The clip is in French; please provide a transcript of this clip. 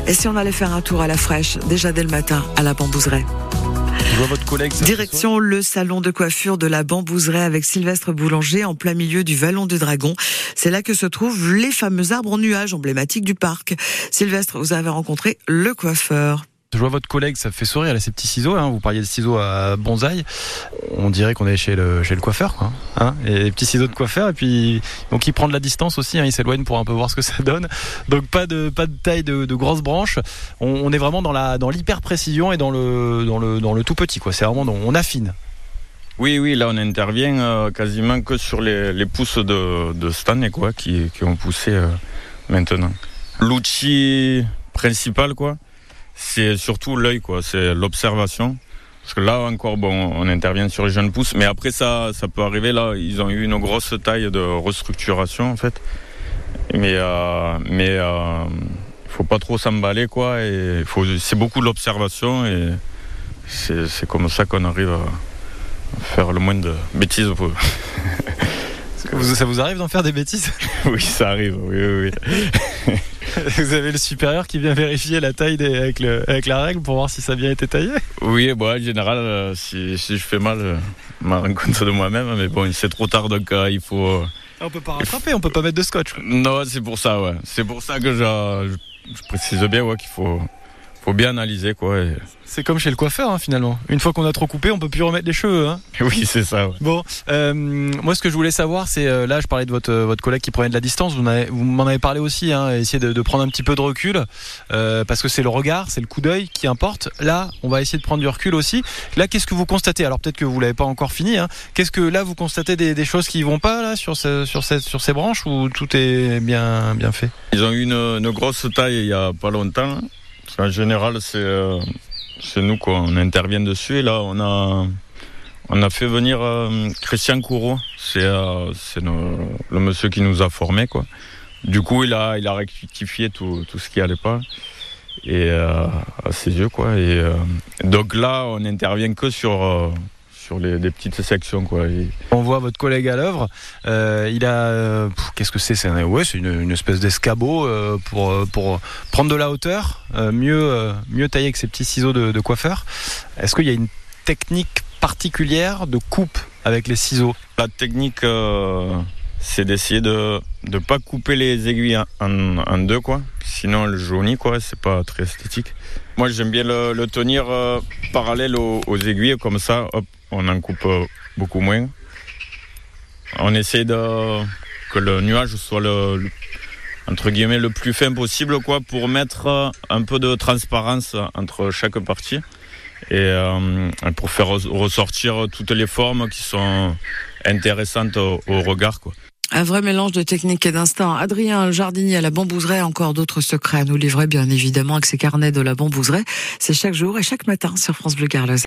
Et si on allait faire un tour à la fraîche, déjà dès le matin, à la Bambouseraie? Je vois votre collègue. Direction le salon de coiffure de la Bambouseraie avec Sylvestre Boulanger en plein milieu du Vallon du Dragon. C'est là que se trouvent les fameux arbres en nuages emblématiques du parc. Sylvestre, vous avez rencontré le coiffeur. Je vois votre collègue, ça fait sourire, elle a ses petits ciseaux, hein. Vous parliez de ciseaux à bonsaï. On dirait qu'on est chez le coiffeur, quoi. Hein, et les petits ciseaux de coiffeur, et puis donc il prend de la distance aussi, hein, il s'éloigne pour un peu voir ce que ça donne. Donc pas de taille de grosses branches. On est vraiment dans l'hyper précision et dans le tout petit, quoi. C'est vraiment on affine. Oui, là on intervient quasiment que sur les pousses de cette année, quoi, qui ont poussé maintenant. L'outil principal, quoi, c'est surtout l'œil, quoi, c'est l'observation. Parce que là encore, on intervient sur les jeunes pousses, mais après ça peut arriver, là, ils ont eu une grosse taille de restructuration, en fait. Mais faut pas trop s'emballer, quoi, et c'est beaucoup de l'observation, et c'est comme ça qu'on arrive à faire le moins de bêtises. Ça vous arrive d'en faire des bêtises? Oui, ça arrive, oui. Vous avez le supérieur qui vient vérifier la taille avec la règle pour voir si ça a bien été taillé? Oui, en général, si je fais mal, je me rends compte de moi-même, mais bon, c'est trop tard, donc il faut... On peut pas rattraper, on peut pas mettre de scotch. Non, c'est pour ça, ouais. C'est pour ça que je précise bien, ouais, qu'il faut bien analyser, quoi. Et... C'est comme chez le coiffeur, hein, finalement. Une fois qu'on a trop coupé, on peut plus remettre les cheveux, hein. Oui, c'est ça, ouais. Bon, moi ce que je voulais savoir, c'est là je parlais de votre collègue qui prenait de la distance, vous m'en avez parlé aussi, hein, essayer de prendre un petit peu de recul, parce que c'est le regard, c'est le coup d'œil qui importe. Là, on va essayer de prendre du recul aussi. Là, qu'est-ce que vous constatez? Alors peut-être que vous l'avez pas encore fini, hein. Qu'est-ce que là vous constatez des choses qui vont pas là sur ces branches, ou tout est bien fait? Ils ont eu une grosse taille il y a pas longtemps, hein. En général, c'est nous qu'on intervient dessus. Et là, on a fait venir Christian Courreau. C'est le monsieur qui nous a formés, quoi. Du coup, il a rectifié tout ce qui allait pas, et à ses yeux, quoi. Et donc là, on n'intervient que sur des petites sections, quoi. On voit votre collègue à l'œuvre. Il a qu'est-ce que c'est? C'est une espèce d'escabeau pour prendre de la hauteur, mieux tailler avec ses petits ciseaux de coiffeur. Est-ce qu'il y a une technique particulière de coupe avec les ciseaux? La technique, c'est d'essayer de pas couper les aiguilles en deux, quoi. Sinon, le jaunit, quoi. C'est pas très esthétique. Moi, j'aime bien le tenir parallèle aux aiguilles, comme ça, hop, on en coupe beaucoup moins. On essaie que le nuage soit entre guillemets le plus fin possible, quoi, pour mettre un peu de transparence entre chaque partie, et pour faire ressortir toutes les formes qui sont intéressantes au regard, quoi. Un vrai mélange de technique et d'instinct. Adrien, le jardinier à la Bambouseraie, a encore d'autres secrets à nous livrer, bien évidemment, avec ses carnets de la Bambouseraie. C'est chaque jour et chaque matin sur France Bleu Carlos.